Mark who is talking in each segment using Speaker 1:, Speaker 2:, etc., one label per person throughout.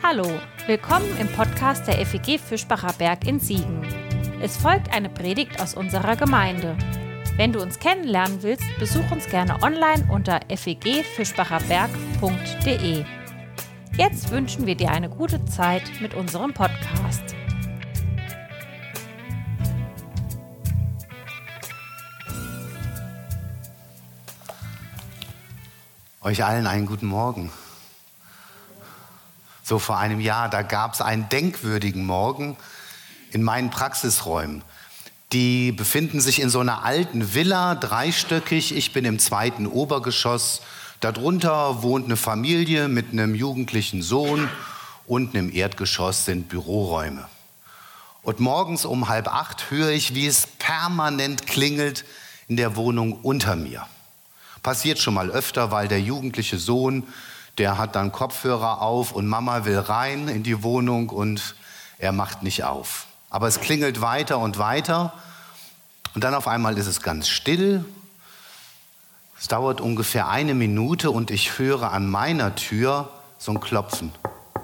Speaker 1: Hallo, willkommen im Podcast der FEG Fischbacher Berg in Siegen. Es folgt eine Predigt aus unserer Gemeinde. Wenn du uns kennenlernen willst, besuch uns gerne online unter fegfischbacherberg.de. Jetzt wünschen wir dir eine gute Zeit mit unserem Podcast.
Speaker 2: Euch allen einen guten Morgen. So vor einem Jahr, da gab es einen denkwürdigen Morgen in meinen Praxisräumen. Die befinden sich in so einer alten Villa, dreistöckig. Ich bin im 2. Obergeschoss. Darunter wohnt eine Familie mit einem jugendlichen Sohn. Unten im Erdgeschoss sind Büroräume. Und morgens um 7:30 höre ich, wie es permanent klingelt in der Wohnung unter mir. Passiert schon mal öfter, weil der jugendliche Sohn, der hat dann Kopfhörer auf und Mama will rein in die Wohnung und er macht nicht auf. Aber es klingelt weiter und weiter und dann auf einmal ist es ganz still. Es dauert ungefähr 1 Minute und ich höre an meiner Tür so ein Klopfen.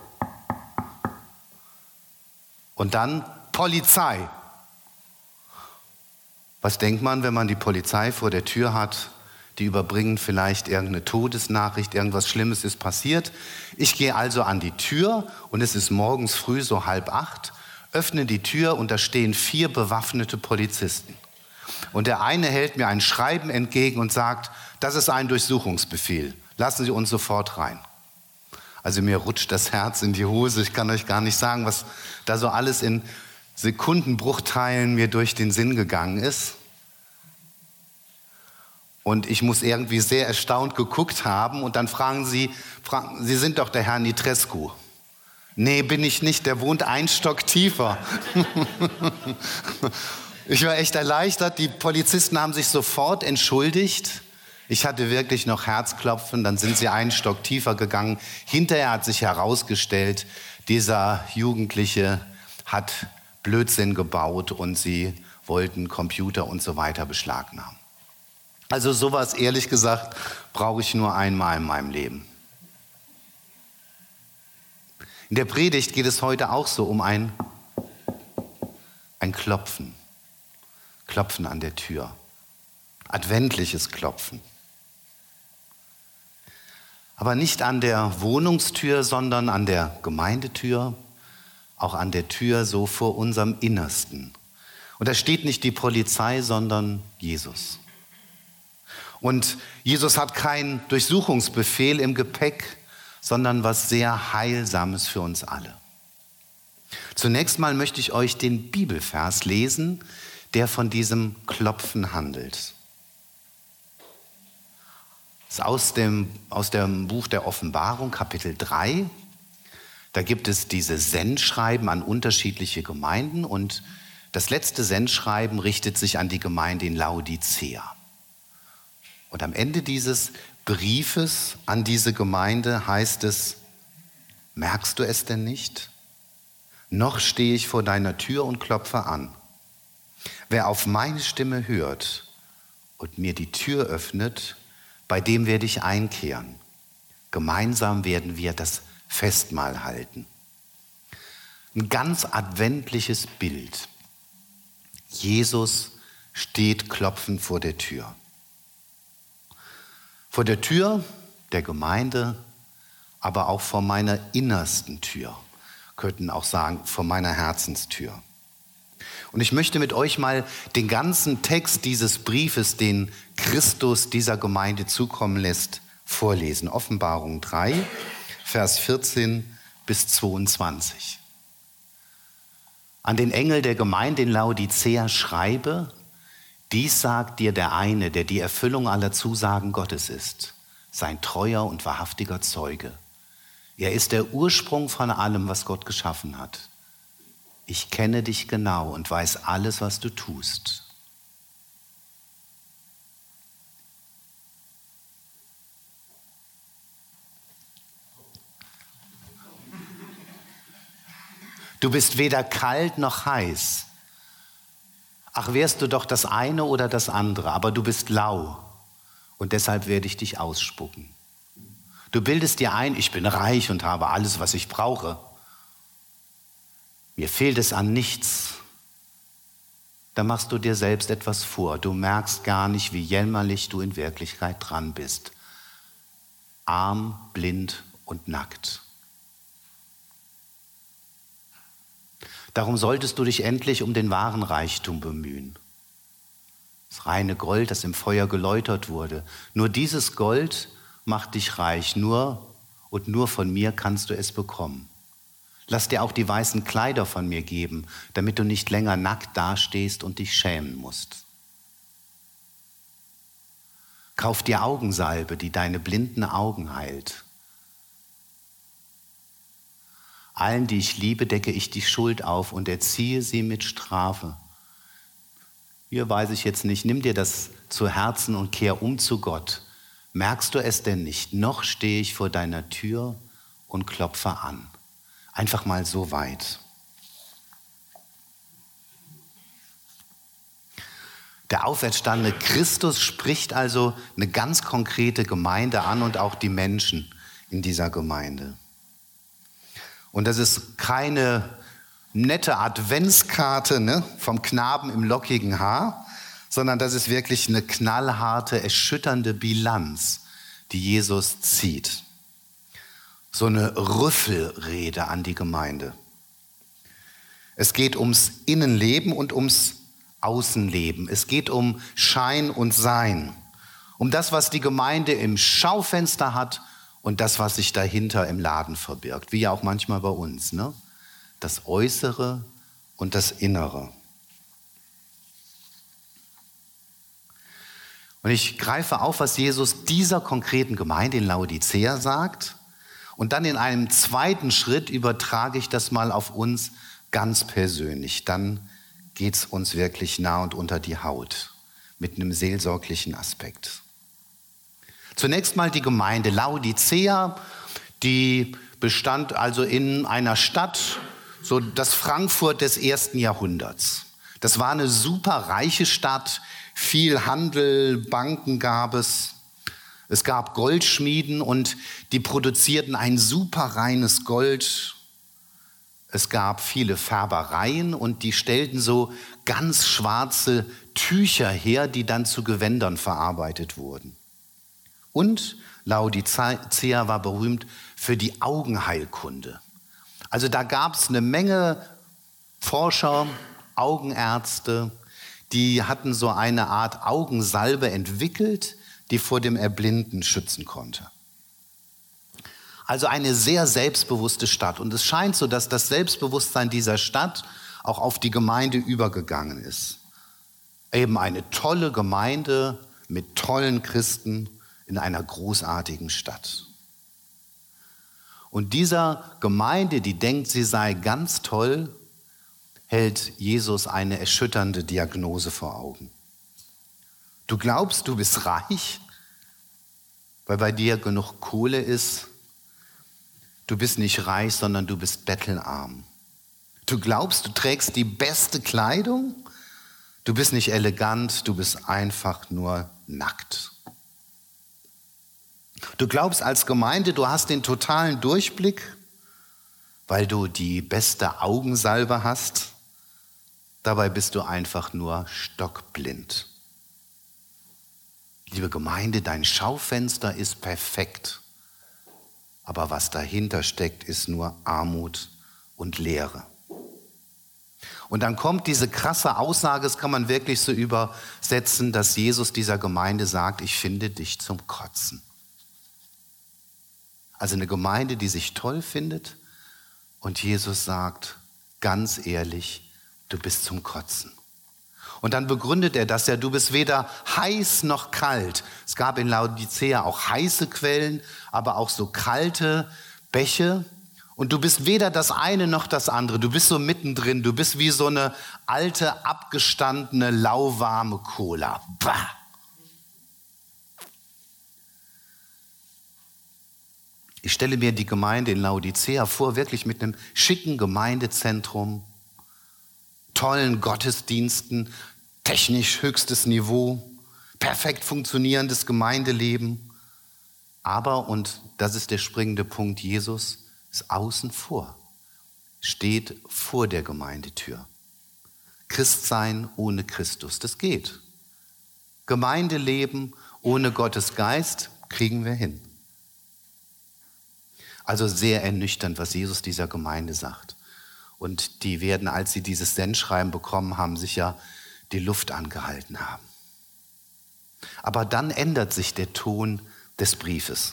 Speaker 2: Und dann Polizei. Was denkt man, wenn man die Polizei vor der Tür hat? Die überbringen vielleicht irgendeine Todesnachricht, irgendwas Schlimmes ist passiert. Ich gehe also an die Tür und es ist morgens früh so 7:30, öffne die Tür und da stehen 4 bewaffnete Polizisten. Und der eine hält mir ein Schreiben entgegen und sagt, das ist ein Durchsuchungsbefehl, lassen Sie uns sofort rein. Also mir rutscht das Herz in die Hose, ich kann euch gar nicht sagen, was da so alles in Sekundenbruchteilen mir durch den Sinn gegangen ist. Und ich muss irgendwie sehr erstaunt geguckt haben und dann fragen Sie sind doch der Herr Nitrescu. Nee, bin ich nicht, der wohnt 1 Stock tiefer. Ich war echt erleichtert, die Polizisten haben sich sofort entschuldigt. Ich hatte wirklich noch Herzklopfen, dann sind sie 1 Stock tiefer gegangen. Hinterher hat sich herausgestellt, dieser Jugendliche hat Blödsinn gebaut und sie wollten Computer und so weiter beschlagnahmen. Also sowas, ehrlich gesagt, brauche ich nur einmal in meinem Leben. In der Predigt geht es heute auch so um ein Klopfen. Klopfen an der Tür. Adventliches Klopfen. Aber nicht an der Wohnungstür, sondern an der Gemeindetür, auch an der Tür so vor unserem Innersten. Und da steht nicht die Polizei, sondern Jesus. Und Jesus hat keinen Durchsuchungsbefehl im Gepäck, sondern was sehr Heilsames für uns alle. Zunächst mal möchte ich euch den Bibelvers lesen, der von diesem Klopfen handelt. Das ist aus dem Buch der Offenbarung, Kapitel 3. Da gibt es diese Sendschreiben an unterschiedliche Gemeinden und das letzte Sendschreiben richtet sich an die Gemeinde in Laodicea. Und am Ende dieses Briefes an diese Gemeinde heißt es, merkst du es denn nicht? Noch stehe ich vor deiner Tür und klopfe an. Wer auf meine Stimme hört und mir die Tür öffnet, bei dem werde ich einkehren. Gemeinsam werden wir das Festmahl halten. Ein ganz adventliches Bild. Jesus steht klopfend vor der Tür. Vor der Tür der Gemeinde, aber auch vor meiner innersten Tür. Könnten auch sagen, vor meiner Herzenstür. Und ich möchte mit euch mal den ganzen Text dieses Briefes, den Christus dieser Gemeinde zukommen lässt, vorlesen. Offenbarung 3, Vers 14 bis 22. An den Engel der Gemeinde in Laodicea schreibe, dies sagt dir der eine, der die Erfüllung aller Zusagen Gottes ist, sein treuer und wahrhaftiger Zeuge. Er ist der Ursprung von allem, was Gott geschaffen hat. Ich kenne dich genau und weiß alles, was du tust. Du bist weder kalt noch heiß. Ach, wärst du doch das eine oder das andere, aber du bist lau und deshalb werde ich dich ausspucken. Du bildest dir ein, ich bin reich und habe alles, was ich brauche. mir fehlt es an nichts, dann machst du dir selbst etwas vor. Du merkst gar nicht, wie jämmerlich du in Wirklichkeit dran bist. Arm, blind und nackt. Darum solltest du dich endlich um den wahren Reichtum bemühen. Das reine Gold, das im Feuer geläutert wurde. Nur dieses Gold macht dich reich. Nur von mir kannst du es bekommen. Lass dir auch die weißen Kleider von mir geben, damit du nicht länger nackt dastehst und dich schämen musst. Kauf dir Augensalbe, die deine blinden Augen heilt. Allen, die ich liebe, decke ich die Schuld auf und erziehe sie mit Strafe. Hier weiß ich jetzt nicht, nimm dir das zu Herzen und kehr um zu Gott. Merkst du es denn nicht? Noch stehe ich vor deiner Tür und klopfe an. Einfach mal so weit. Der auferstandene Christus spricht also eine ganz konkrete Gemeinde an und auch die Menschen in dieser Gemeinde. Und das ist keine nette Adventskarte, ne, vom Knaben im lockigen Haar, sondern das ist wirklich eine knallharte, erschütternde Bilanz, die Jesus zieht. So eine Rüffelrede an die Gemeinde. Es geht ums Innenleben und ums Außenleben. Es geht um Schein und Sein. Um das, was die Gemeinde im Schaufenster hat und das, was sich dahinter im Laden verbirgt. Wie ja auch manchmal bei uns, ne? Das Äußere und das Innere. Und ich greife auf, was Jesus dieser konkreten Gemeinde in Laodicea sagt. Und dann in einem zweiten Schritt übertrage ich das mal auf uns ganz persönlich. Dann geht es uns wirklich nah und unter die Haut mit einem seelsorglichen Aspekt. Zunächst mal die Gemeinde Laodicea, die bestand also in einer Stadt, so das Frankfurt des 1. Jahrhunderts. Das war eine super reiche Stadt, viel Handel, Banken gab es. Es gab Goldschmieden und die produzierten ein super reines Gold. Es gab viele Färbereien und die stellten so ganz schwarze Tücher her, die dann zu Gewändern verarbeitet wurden. Und Laodicea war berühmt für die Augenheilkunde. Also da gab es eine Menge Forscher, Augenärzte, die hatten so eine Art Augensalbe entwickelt, die vor dem Erblinden schützen konnte. Also eine sehr selbstbewusste Stadt. Und es scheint so, dass das Selbstbewusstsein dieser Stadt auch auf die Gemeinde übergegangen ist. Eben eine tolle Gemeinde mit tollen Christen in einer großartigen Stadt. Und dieser Gemeinde, die denkt, sie sei ganz toll, hält Jesus eine erschütternde Diagnose vor Augen. Du glaubst, du bist reich, weil bei dir genug Kohle ist. Du bist nicht reich, sondern du bist bettelarm. Du glaubst, du trägst die beste Kleidung. Du bist nicht elegant, du bist einfach nur nackt. Du glaubst als Gemeinde, du hast den totalen Durchblick, weil du die beste Augensalbe hast. Dabei bist du einfach nur stockblind. Liebe Gemeinde, dein Schaufenster ist perfekt. Aber was dahinter steckt, ist nur Armut und Leere. Und dann kommt diese krasse Aussage, das kann man wirklich so übersetzen, dass Jesus dieser Gemeinde sagt, ich finde dich zum Kotzen. Also eine Gemeinde, die sich toll findet und Jesus sagt, ganz ehrlich, du bist zum Kotzen. Und dann begründet er das ja, du bist weder heiß noch kalt. Es gab in Laodicea auch heiße Quellen, aber auch so kalte Bäche. Und du bist weder das eine noch das andere. Du bist so mittendrin. Du bist wie so eine alte, abgestandene, lauwarme Cola. Bah! Ich stelle mir die Gemeinde in Laodicea vor, wirklich mit einem schicken Gemeindezentrum, tollen Gottesdiensten, technisch höchstes Niveau, perfekt funktionierendes Gemeindeleben. Aber, und das ist der springende Punkt, Jesus ist außen vor. steht vor der Gemeindetür. Christsein ohne Christus, das geht. Gemeindeleben ohne Gottes Geist kriegen wir hin. Also sehr ernüchternd, was Jesus dieser Gemeinde sagt. Und die werden, als sie dieses Sendschreiben bekommen haben, sicher die Luft angehalten haben. Aber dann ändert sich der Ton des Briefes.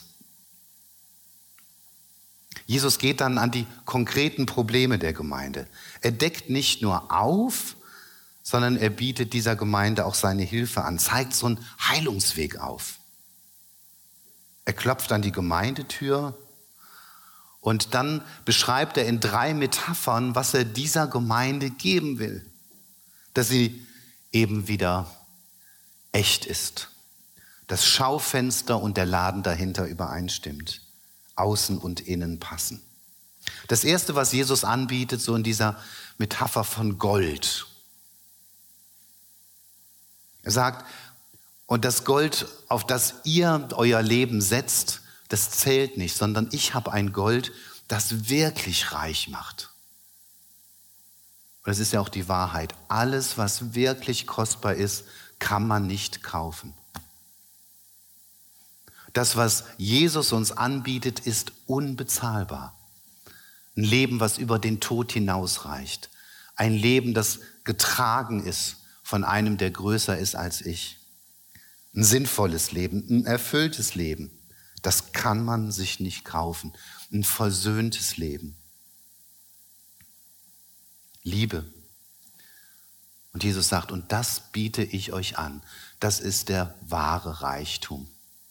Speaker 2: Jesus geht dann an die konkreten Probleme der Gemeinde. Er deckt nicht nur auf, sondern er bietet dieser Gemeinde auch seine Hilfe an, zeigt so einen Heilungsweg auf. Er klopft an die Gemeindetür und dann beschreibt er in 3 Metaphern, was er dieser Gemeinde geben will, dass sie eben wieder echt ist. Das Schaufenster und der Laden dahinter übereinstimmt. Außen und innen passen. Das Erste, was Jesus anbietet, so in dieser Metapher von Gold. Er sagt, und das Gold, auf das ihr euer Leben setzt, das zählt nicht, sondern ich habe ein Gold, das wirklich reich macht. Und das ist ja auch die Wahrheit. Alles, was wirklich kostbar ist, kann man nicht kaufen. Das, was Jesus uns anbietet, ist unbezahlbar. Ein Leben, was über den Tod hinausreicht. Ein Leben, das getragen ist von einem, der größer ist als ich. Ein sinnvolles Leben, ein erfülltes Leben. Das kann man sich nicht kaufen. Ein versöhntes Leben. Liebe. Und Jesus sagt, und das biete ich euch an. Das ist der wahre Reichtum.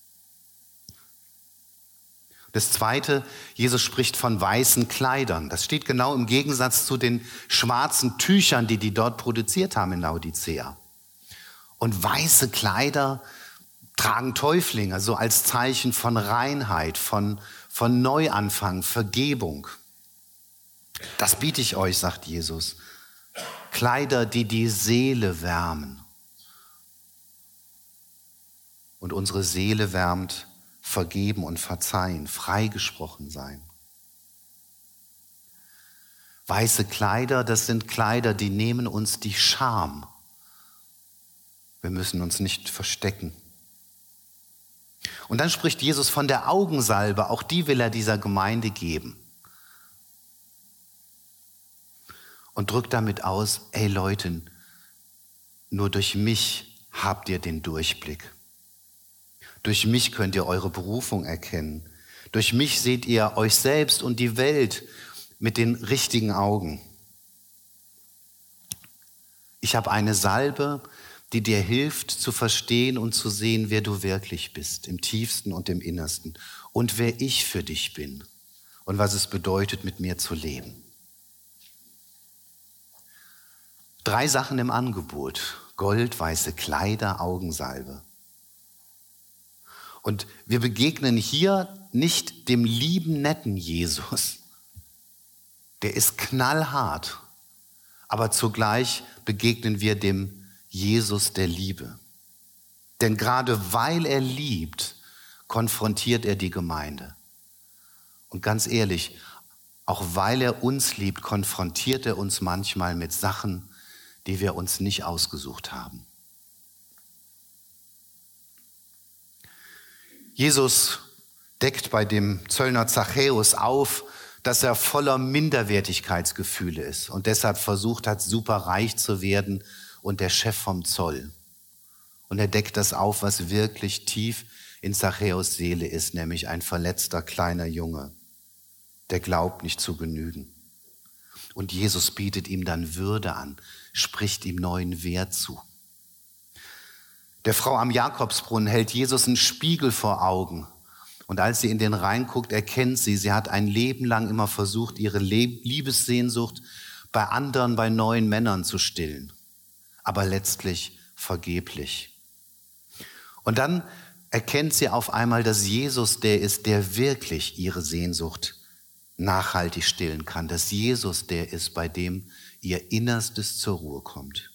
Speaker 2: Das Zweite, Jesus spricht von weißen Kleidern. Das steht genau im Gegensatz zu den schwarzen Tüchern, die dort produziert haben in Laodicea. Und weiße Kleider tragen Täuflinge, so als Zeichen von Reinheit, von Neuanfang, Vergebung. Das biete ich euch, sagt Jesus. Kleider, die die Seele wärmen. Und unsere Seele wärmt vergeben und verzeihen, freigesprochen sein. Weiße Kleider, das sind Kleider, die nehmen uns die Scham. Wir müssen uns nicht verstecken. Und dann spricht Jesus von der Augensalbe, auch die will er dieser Gemeinde geben. Und drückt damit aus, ey Leute, nur durch mich habt ihr den Durchblick. Durch mich könnt ihr eure Berufung erkennen. Durch mich seht ihr euch selbst und die Welt mit den richtigen Augen. Ich habe eine Salbe, die dir hilft zu verstehen und zu sehen, wer du wirklich bist, im tiefsten und im innersten. Und wer ich für dich bin und was es bedeutet, mit mir zu leben. 3 Sachen im Angebot. Gold, weiße Kleider, Augensalbe. Und wir begegnen hier nicht dem lieben, netten Jesus. Der ist knallhart. Aber zugleich begegnen wir dem Jesus der Liebe. Denn gerade weil er liebt, konfrontiert er die Gemeinde. Und ganz ehrlich, auch weil er uns liebt, konfrontiert er uns manchmal mit Sachen, die wir uns nicht ausgesucht haben. Jesus deckt bei dem Zöllner Zachäus auf, dass er voller Minderwertigkeitsgefühle ist und deshalb versucht hat, super reich zu werden und der Chef vom Zoll. Und er deckt das auf, was wirklich tief in Zachäus Seele ist, nämlich ein verletzter kleiner Junge, der glaubt nicht zu genügen. Und Jesus bietet ihm dann Würde an, spricht ihm neuen Wert zu. Der Frau am Jakobsbrunnen hält Jesus einen Spiegel vor Augen. Und als sie in den Rhein guckt, erkennt sie hat ein Leben lang immer versucht, ihre Liebessehnsucht bei anderen, bei neuen Männern zu stillen. Aber letztlich vergeblich. Und dann erkennt sie auf einmal, dass Jesus der ist, der wirklich ihre Sehnsucht nachhaltig stillen kann. Dass Jesus der ist, bei dem ihr Innerstes zur Ruhe kommt.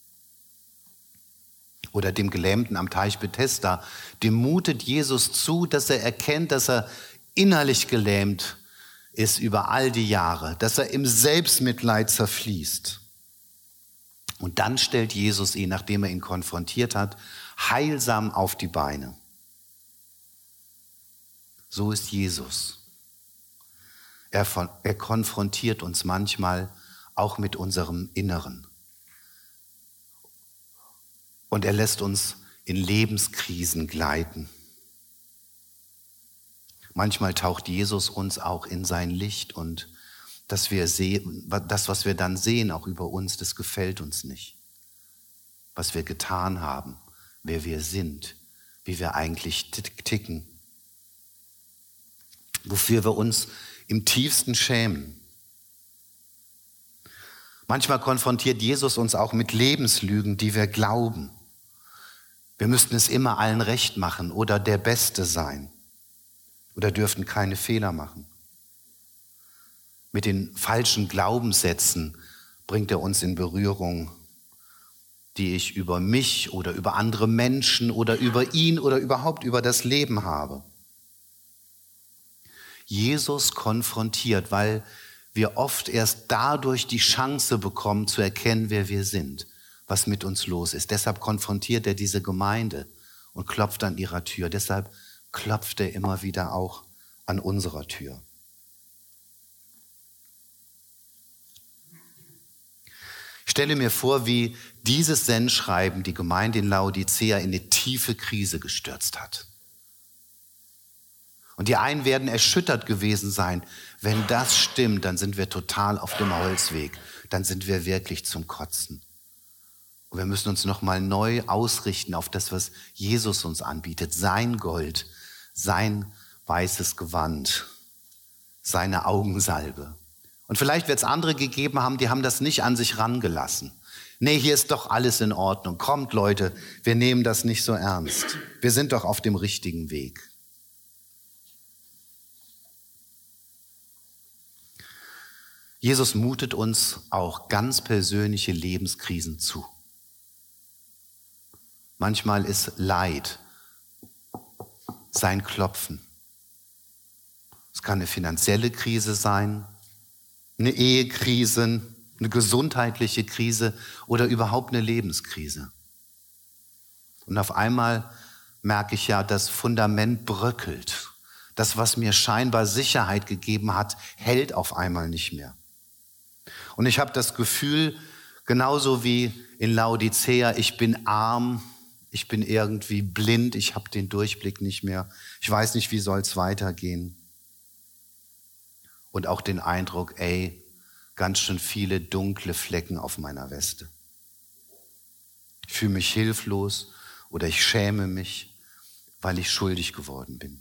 Speaker 2: Oder dem Gelähmten am Teich Bethesda, dem mutet Jesus zu, dass er erkennt, dass er innerlich gelähmt ist über all die Jahre, dass er im Selbstmitleid zerfließt. Und dann stellt Jesus ihn, nachdem er ihn konfrontiert hat, heilsam auf die Beine. So ist Jesus. Er konfrontiert uns manchmal auch mit unserem Inneren. Und er lässt uns in Lebenskrisen gleiten. Manchmal taucht Jesus uns auch in sein Licht und das, was wir dann sehen, auch über uns, das gefällt uns nicht. Was wir getan haben, wer wir sind, wie wir eigentlich ticken. Wofür wir uns im tiefsten schämen. Manchmal konfrontiert Jesus uns auch mit Lebenslügen, die wir glauben. Wir müssten es immer allen recht machen oder der Beste sein oder dürften keine Fehler machen. Mit den falschen Glaubenssätzen bringt er uns in Berührung, die ich über mich oder über andere Menschen oder über ihn oder überhaupt über das Leben habe. Jesus konfrontiert, weil wir oft erst dadurch die Chance bekommen, zu erkennen, wer wir sind, was mit uns los ist. Deshalb konfrontiert er diese Gemeinde und klopft an ihrer Tür. Deshalb klopft er immer wieder auch an unserer Tür. Ich stelle mir vor, wie dieses Sendschreiben die Gemeinde in Laodicea in eine tiefe Krise gestürzt hat. Und die einen werden erschüttert gewesen sein. Wenn das stimmt, dann sind wir total auf dem Holzweg. Dann sind wir wirklich zum Kotzen. Und wir müssen uns nochmal neu ausrichten auf das, was Jesus uns anbietet. Sein Gold, sein weißes Gewand, seine Augensalbe. Und vielleicht wird es andere gegeben haben, die haben das nicht an sich rangelassen. Nee, hier ist doch alles in Ordnung. Kommt, Leute, wir nehmen das nicht so ernst. Wir sind doch auf dem richtigen Weg. Jesus mutet uns auch ganz persönliche Lebenskrisen zu. Manchmal ist Leid sein Klopfen. Es kann eine finanzielle Krise sein, eine Ehekrise, eine gesundheitliche Krise oder überhaupt eine Lebenskrise. Und auf einmal merke ich ja, das Fundament bröckelt. Das, was mir scheinbar Sicherheit gegeben hat, hält auf einmal nicht mehr. Und ich habe das Gefühl, genauso wie in Laodicea, ich bin arm, ich bin irgendwie blind, ich habe den Durchblick nicht mehr. Ich weiß nicht, wie soll es weitergehen. Und auch den Eindruck, ganz schön viele dunkle Flecken auf meiner Weste. Ich fühle mich hilflos oder ich schäme mich, weil ich schuldig geworden bin.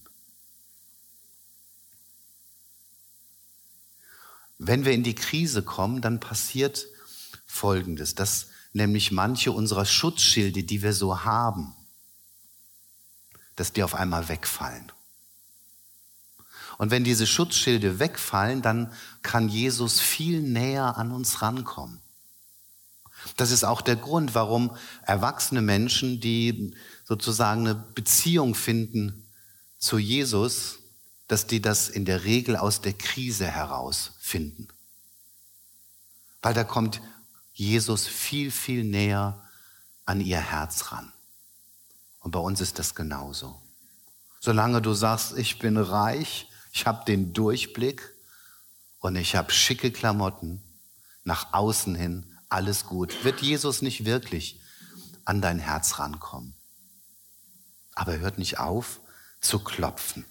Speaker 2: Wenn wir in die Krise kommen, dann passiert Folgendes, dass nämlich manche unserer Schutzschilde, die wir so haben, dass die auf einmal wegfallen. Und wenn diese Schutzschilde wegfallen, dann kann Jesus viel näher an uns rankommen. Das ist auch der Grund, warum erwachsene Menschen, die sozusagen eine Beziehung finden zu Jesus, dass die das in der Regel aus der Krise heraus finden. Weil da kommt Jesus viel, viel näher an ihr Herz ran. Und bei uns ist das genauso. Solange du sagst, ich bin reich, ich habe den Durchblick und ich habe schicke Klamotten, nach außen hin, alles gut, wird Jesus nicht wirklich an dein Herz rankommen. Aber er hört nicht auf zu klopfen.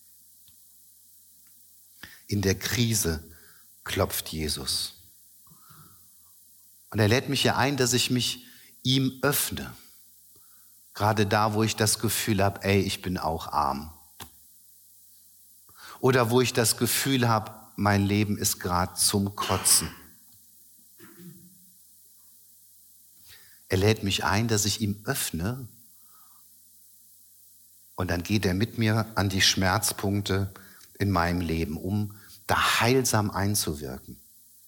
Speaker 2: In der Krise klopft Jesus. Und er lädt mich ja ein, dass ich mich ihm öffne. Gerade da, wo ich das Gefühl habe, ich bin auch arm. Oder wo ich das Gefühl habe, mein Leben ist gerade zum Kotzen. Er lädt mich ein, dass ich ihm öffne. Und dann geht er mit mir an die Schmerzpunkte in meinem Leben, um da heilsam einzuwirken.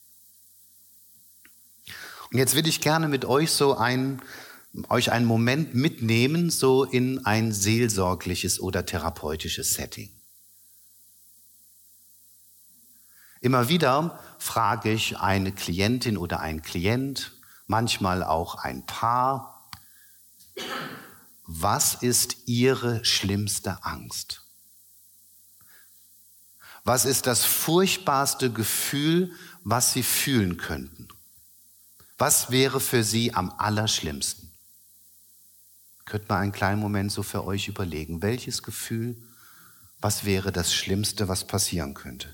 Speaker 2: Und jetzt will ich gerne mit euch euch einen Moment mitnehmen, so in ein seelsorgliches oder therapeutisches Setting. Immer wieder frage ich eine Klientin oder einen Klient, manchmal auch ein Paar, was ist ihre schlimmste Angst? Was ist das furchtbarste Gefühl, was sie fühlen könnten? Was wäre für sie am allerschlimmsten? Könnt mal einen kleinen Moment so für euch überlegen, welches Gefühl, was wäre das Schlimmste, was passieren könnte?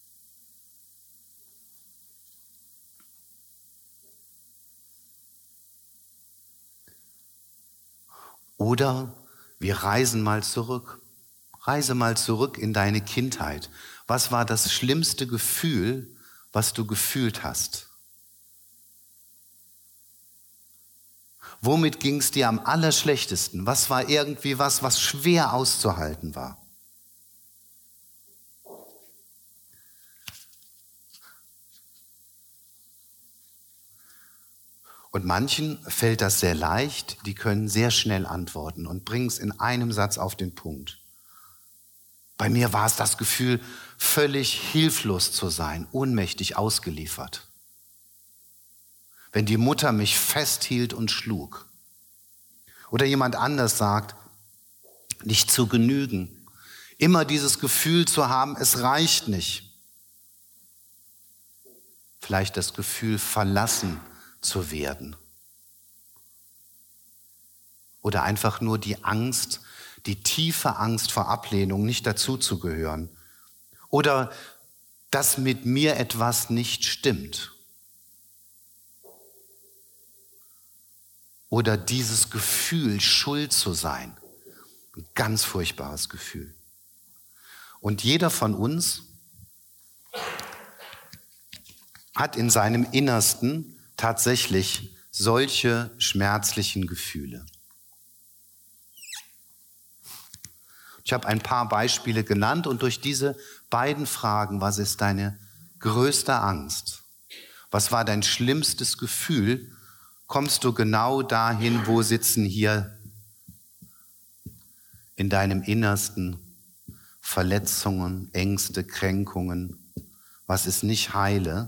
Speaker 2: Oder wir reisen mal zurück. Reise mal zurück in deine Kindheit. Was war das schlimmste Gefühl, was du gefühlt hast? Womit ging es dir am allerschlechtesten? Was war irgendwie was schwer auszuhalten war? Und manchen fällt das sehr leicht, die können sehr schnell antworten und bringen es in einem Satz auf den Punkt. Bei mir war es das Gefühl, völlig hilflos zu sein, ohnmächtig ausgeliefert. Wenn die Mutter mich festhielt und schlug. Oder jemand anders sagt, nicht zu genügen. Immer dieses Gefühl zu haben, es reicht nicht. Vielleicht das Gefühl, verlassen zu werden. Oder einfach nur die Angst, die tiefe Angst vor Ablehnung, nicht dazuzugehören. Oder dass mit mir etwas nicht stimmt. Oder dieses Gefühl, schuld zu sein. Ein ganz furchtbares Gefühl. Und jeder von uns hat in seinem Innersten tatsächlich solche schmerzlichen Gefühle. Ich habe ein paar Beispiele genannt und durch diese beiden Fragen, was ist deine größte Angst? Was war dein schlimmstes Gefühl? Kommst du genau dahin, wo sitzen hier in deinem Innersten Verletzungen, Ängste, Kränkungen, was ist nicht heile?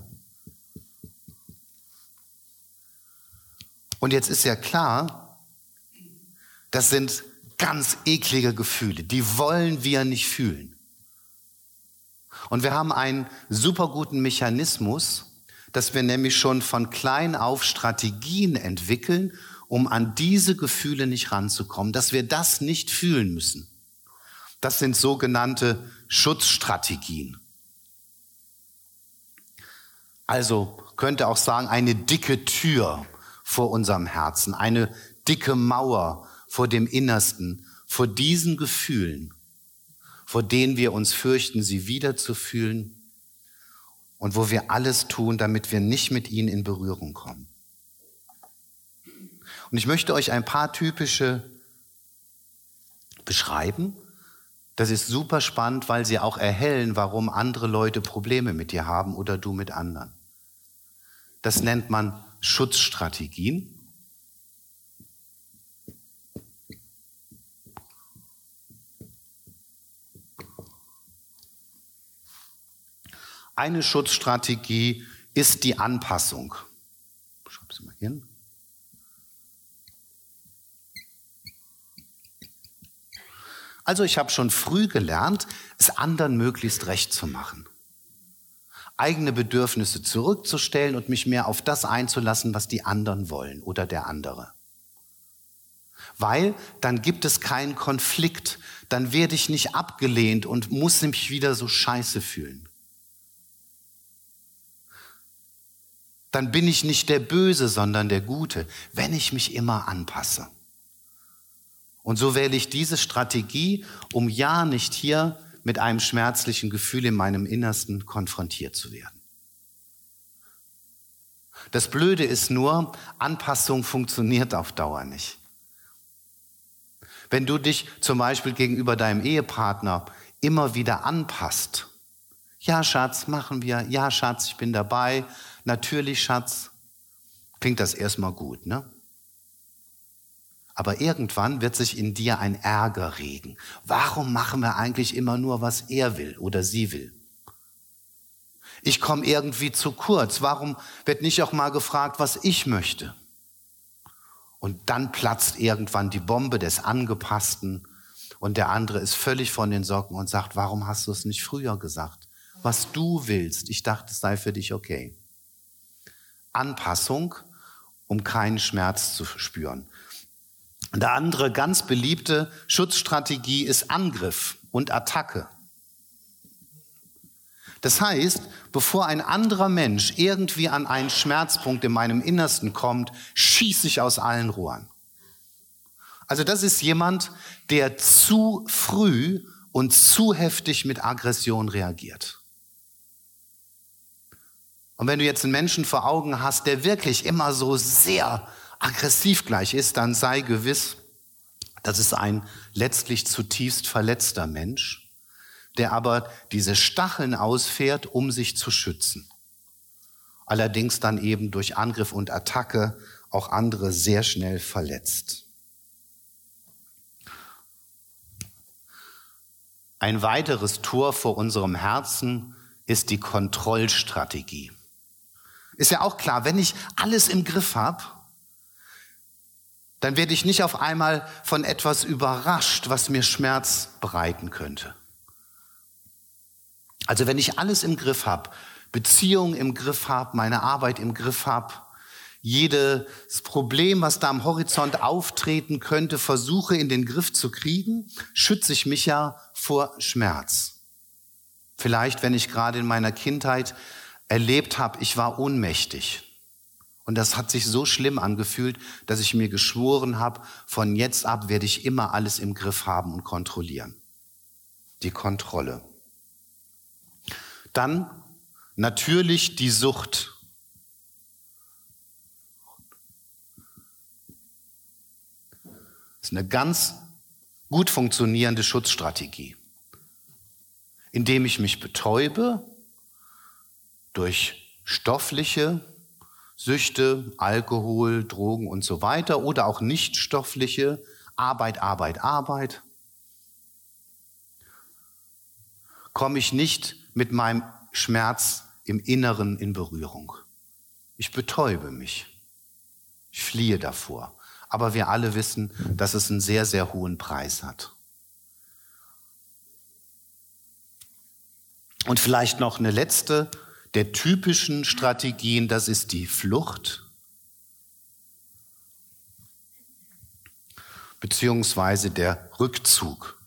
Speaker 2: Und jetzt ist ja klar, das sind ganz eklige Gefühle, die wollen wir nicht fühlen. Und wir haben einen super guten Mechanismus, dass wir nämlich schon von klein auf Strategien entwickeln, um an diese Gefühle nicht ranzukommen, dass wir das nicht fühlen müssen. Das sind sogenannte Schutzstrategien. Also könnte auch sagen, eine dicke Tür vor unserem Herzen, eine dicke Mauer vor dem Innersten, vor diesen Gefühlen, vor denen wir uns fürchten, sie wiederzufühlen und wo wir alles tun, damit wir nicht mit ihnen in Berührung kommen. Und ich möchte euch ein paar typische beschreiben. Das ist super spannend, weil sie auch erhellen, warum andere Leute Probleme mit dir haben oder du mit anderen. Das nennt man Schutzstrategien. Eine Schutzstrategie ist die Anpassung. Schreib sie mal hin. Also ich habe schon früh gelernt, es anderen möglichst recht zu machen. Eigene Bedürfnisse zurückzustellen und mich mehr auf das einzulassen, was die anderen wollen oder der andere. Weil dann gibt es keinen Konflikt, dann werde ich nicht abgelehnt und muss mich wieder so scheiße fühlen. Dann bin ich nicht der Böse, sondern der Gute, wenn ich mich immer anpasse. Und so wähle ich diese Strategie, um ja nicht hier mit einem schmerzlichen Gefühl in meinem Innersten konfrontiert zu werden. Das Blöde ist nur, Anpassung funktioniert auf Dauer nicht. Wenn du dich zum Beispiel gegenüber deinem Ehepartner immer wieder anpasst, ja Schatz, machen wir, ja Schatz, ich bin dabei, natürlich Schatz, klingt das erstmal gut, ne? Aber irgendwann wird sich in dir ein Ärger regen. Warum machen wir eigentlich immer nur, was er will oder sie will? Ich komme irgendwie zu kurz. Warum wird nicht auch mal gefragt, was ich möchte? Und dann platzt irgendwann die Bombe des Angepassten und der andere ist völlig von den Socken und sagt, warum hast du es nicht früher gesagt? Was du willst, ich dachte, es sei für dich okay. Anpassung, um keinen Schmerz zu spüren. Eine andere ganz beliebte Schutzstrategie ist Angriff und Attacke. Das heißt, bevor ein anderer Mensch irgendwie an einen Schmerzpunkt in meinem Innersten kommt, schieße ich aus allen Rohren. Also das ist jemand, der zu früh und zu heftig mit Aggression reagiert. Und wenn du jetzt einen Menschen vor Augen hast, der wirklich immer so sehr aggressiv gleich ist, dann sei gewiss, das ist ein letztlich zutiefst verletzter Mensch, der aber diese Stacheln ausfährt, um sich zu schützen. Allerdings dann eben durch Angriff und Attacke auch andere sehr schnell verletzt. Ein weiteres Tor vor unserem Herzen ist die Kontrollstrategie. Ist ja auch klar, wenn ich alles im Griff habe, dann werde ich nicht auf einmal von etwas überrascht, was mir Schmerz bereiten könnte. Also wenn ich alles im Griff habe, Beziehungen im Griff habe, meine Arbeit im Griff habe, jedes Problem, was da am Horizont auftreten könnte, versuche in den Griff zu kriegen, schütze ich mich ja vor Schmerz. Vielleicht, wenn ich gerade in meiner Kindheit erlebt habe, ich war ohnmächtig. Und das hat sich so schlimm angefühlt, dass ich mir geschworen habe, von jetzt ab werde ich immer alles im Griff haben und kontrollieren. Die Kontrolle. Dann natürlich die Sucht. Das ist eine ganz gut funktionierende Schutzstrategie, indem ich mich betäube durch stoffliche Süchte, Alkohol, Drogen und so weiter oder auch nichtstoffliche Arbeit, komme ich nicht mit meinem Schmerz im Inneren in Berührung. Ich betäube mich. Ich fliehe davor. Aber wir alle wissen, dass es einen sehr, sehr hohen Preis hat. Und vielleicht noch eine letzte der typischen Strategien, das ist die Flucht beziehungsweise der Rückzug.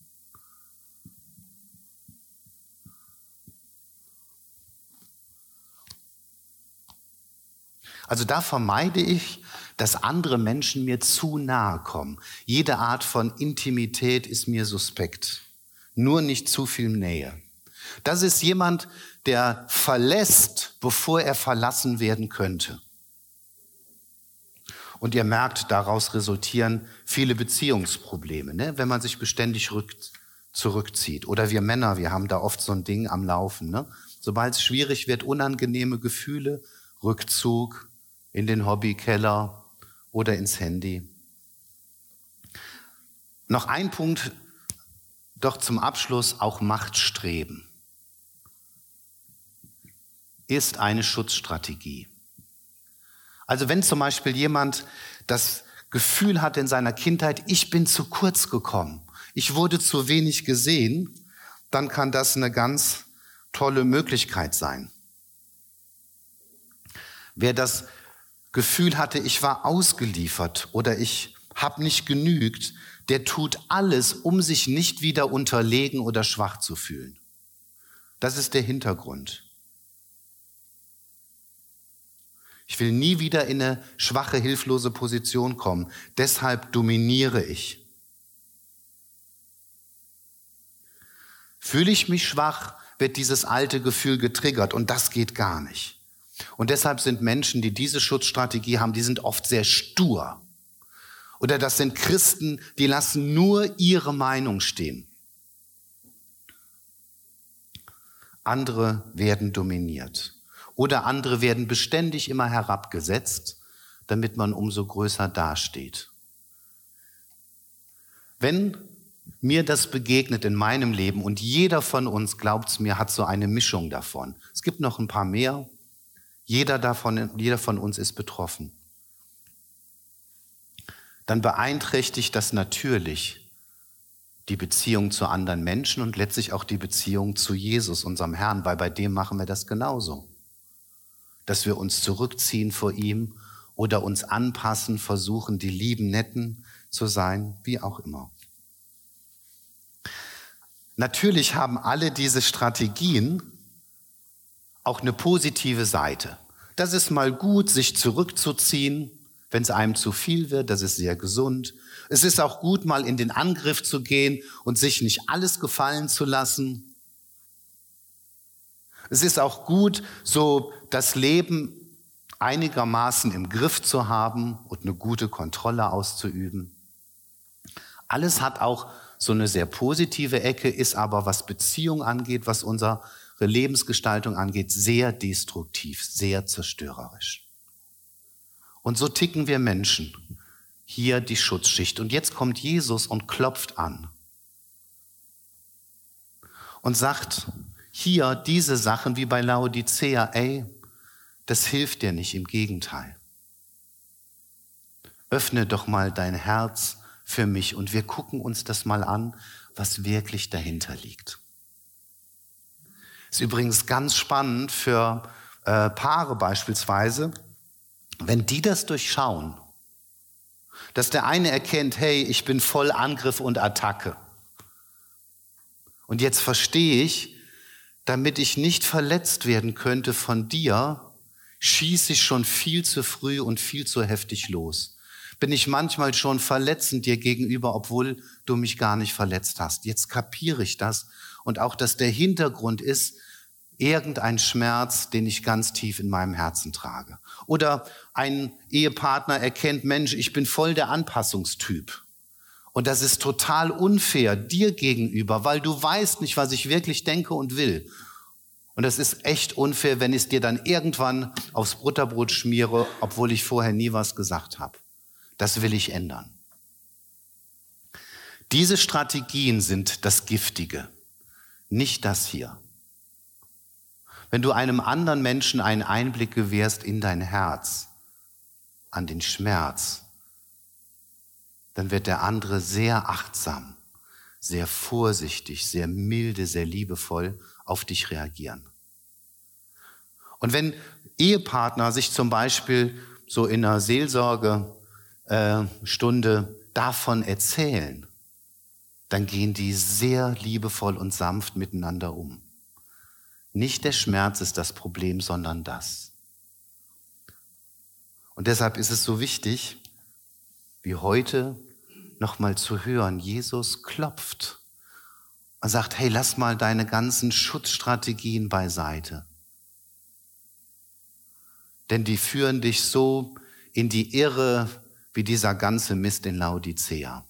Speaker 2: Also da vermeide ich, dass andere Menschen mir zu nahe kommen. Jede Art von Intimität ist mir suspekt. Nur nicht zu viel Nähe. Das ist jemand, der verlässt, bevor er verlassen werden könnte. Und ihr merkt, daraus resultieren viele Beziehungsprobleme, ne? Wenn man sich beständig zurückzieht. Oder wir Männer, wir haben da oft so ein Ding am Laufen. Ne? Sobald es schwierig wird, unangenehme Gefühle, Rückzug in den Hobbykeller oder ins Handy. Noch ein Punkt, doch zum Abschluss, auch Machtstreben ist eine Schutzstrategie. Also wenn zum Beispiel jemand das Gefühl hat in seiner Kindheit, ich bin zu kurz gekommen, ich wurde zu wenig gesehen, dann kann das eine ganz tolle Möglichkeit sein. Wer das Gefühl hatte, ich war ausgeliefert oder ich habe nicht genügt, der tut alles, um sich nicht wieder unterlegen oder schwach zu fühlen. Das ist der Hintergrund. Ich will nie wieder in eine schwache, hilflose Position kommen. Deshalb dominiere ich. Fühle ich mich schwach, wird dieses alte Gefühl getriggert und das geht gar nicht. Und deshalb sind Menschen, die diese Schutzstrategie haben, die sind oft sehr stur. Oder das sind Christen, die lassen nur ihre Meinung stehen. Andere werden dominiert. Oder andere werden beständig immer herabgesetzt, damit man umso größer dasteht. Wenn mir das begegnet in meinem Leben und jeder von uns, glaubt's mir, hat so eine Mischung davon. Es gibt noch ein paar mehr. Jeder von uns ist betroffen. Dann beeinträchtigt das natürlich die Beziehung zu anderen Menschen und letztlich auch die Beziehung zu Jesus, unserem Herrn, weil bei dem machen wir das genauso. Dass wir uns zurückziehen vor ihm oder uns anpassen, versuchen, die lieben Netten zu sein, wie auch immer. Natürlich haben alle diese Strategien auch eine positive Seite. Das ist mal gut, sich zurückzuziehen, wenn es einem zu viel wird, das ist sehr gesund. Es ist auch gut, mal in den Angriff zu gehen und sich nicht alles gefallen zu lassen. Es ist auch gut, so das Leben einigermaßen im Griff zu haben und eine gute Kontrolle auszuüben. Alles hat auch so eine sehr positive Ecke, ist aber, was Beziehung angeht, was unsere Lebensgestaltung angeht, sehr destruktiv, sehr zerstörerisch. Und so ticken wir Menschen. Hier die Schutzschicht. Und jetzt kommt Jesus und klopft an und sagt, hier diese Sachen wie bei Laodicea, das hilft dir nicht, im Gegenteil. Öffne doch mal dein Herz für mich und wir gucken uns das mal an, was wirklich dahinter liegt. Ist übrigens ganz spannend für Paare beispielsweise, wenn die das durchschauen, dass der eine erkennt, hey, ich bin voll Angriff und Attacke. Und jetzt verstehe ich, damit ich nicht verletzt werden könnte von dir, schieße ich schon viel zu früh und viel zu heftig los. Bin ich manchmal schon verletzend dir gegenüber, obwohl du mich gar nicht verletzt hast. Jetzt kapiere ich das und auch, dass der Hintergrund ist, irgendein Schmerz, den ich ganz tief in meinem Herzen trage. Oder ein Ehepartner erkennt, Mensch, ich bin voll der Anpassungstyp. Und das ist total unfair dir gegenüber, weil du weißt nicht, was ich wirklich denke und will. Und das ist echt unfair, wenn ich es dir dann irgendwann aufs Butterbrot schmiere, obwohl ich vorher nie was gesagt habe. Das will ich ändern. Diese Strategien sind das Giftige, nicht das hier. Wenn du einem anderen Menschen einen Einblick gewährst in dein Herz, an den Schmerz, dann wird der andere sehr achtsam, sehr vorsichtig, sehr milde, sehr liebevoll auf dich reagieren. Und wenn Ehepartner sich zum Beispiel so in einer Seelsorgestunde davon erzählen, dann gehen die sehr liebevoll und sanft miteinander um. Nicht der Schmerz ist das Problem, sondern das. Und deshalb ist es so wichtig, wie heute nochmal zu hören, Jesus klopft und sagt, hey, lass mal deine ganzen Schutzstrategien beiseite. Denn die führen dich so in die Irre wie dieser ganze Mist in Laodicea.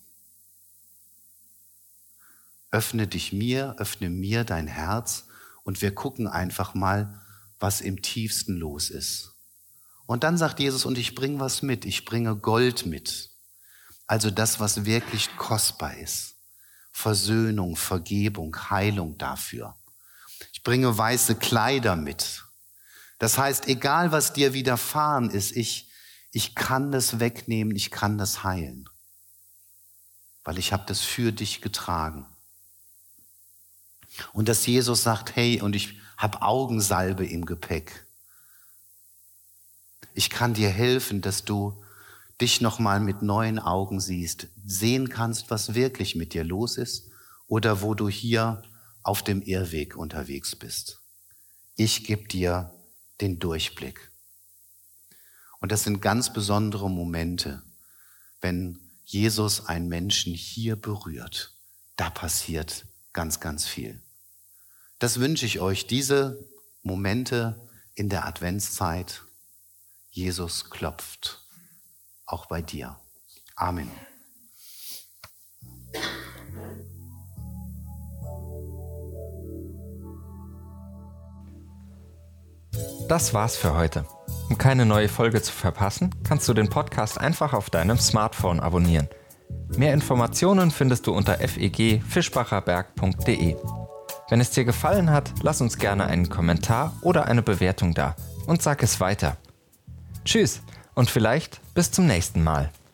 Speaker 2: Öffne mir dein Herz und wir gucken einfach mal, was im Tiefsten los ist. Und dann sagt Jesus, und ich bringe was mit, ich bringe Gold mit. Also das, was wirklich kostbar ist. Versöhnung, Vergebung, Heilung dafür. Ich bringe weiße Kleider mit. Das heißt, egal was dir widerfahren ist, ich kann das wegnehmen, ich kann das heilen. Weil ich habe das für dich getragen. Und dass Jesus sagt, hey, und ich habe Augensalbe im Gepäck. Ich kann dir helfen, dass du dich nochmal mit neuen Augen siehst, sehen kannst, was wirklich mit dir los ist oder wo du hier auf dem Irrweg unterwegs bist. Ich gebe dir den Durchblick. Und das sind ganz besondere Momente, wenn Jesus einen Menschen hier berührt. Da passiert ganz, ganz viel. Das wünsche ich euch, diese Momente in der Adventszeit. Jesus klopft, auch bei dir. Amen.
Speaker 3: Das war's für heute. Um keine neue Folge zu verpassen, kannst du den Podcast einfach auf deinem Smartphone abonnieren. Mehr Informationen findest du unter fegfischbacherberg.de. Wenn es dir gefallen hat, lass uns gerne einen Kommentar oder eine Bewertung da und sag es weiter. Tschüss und vielleicht bis zum nächsten Mal.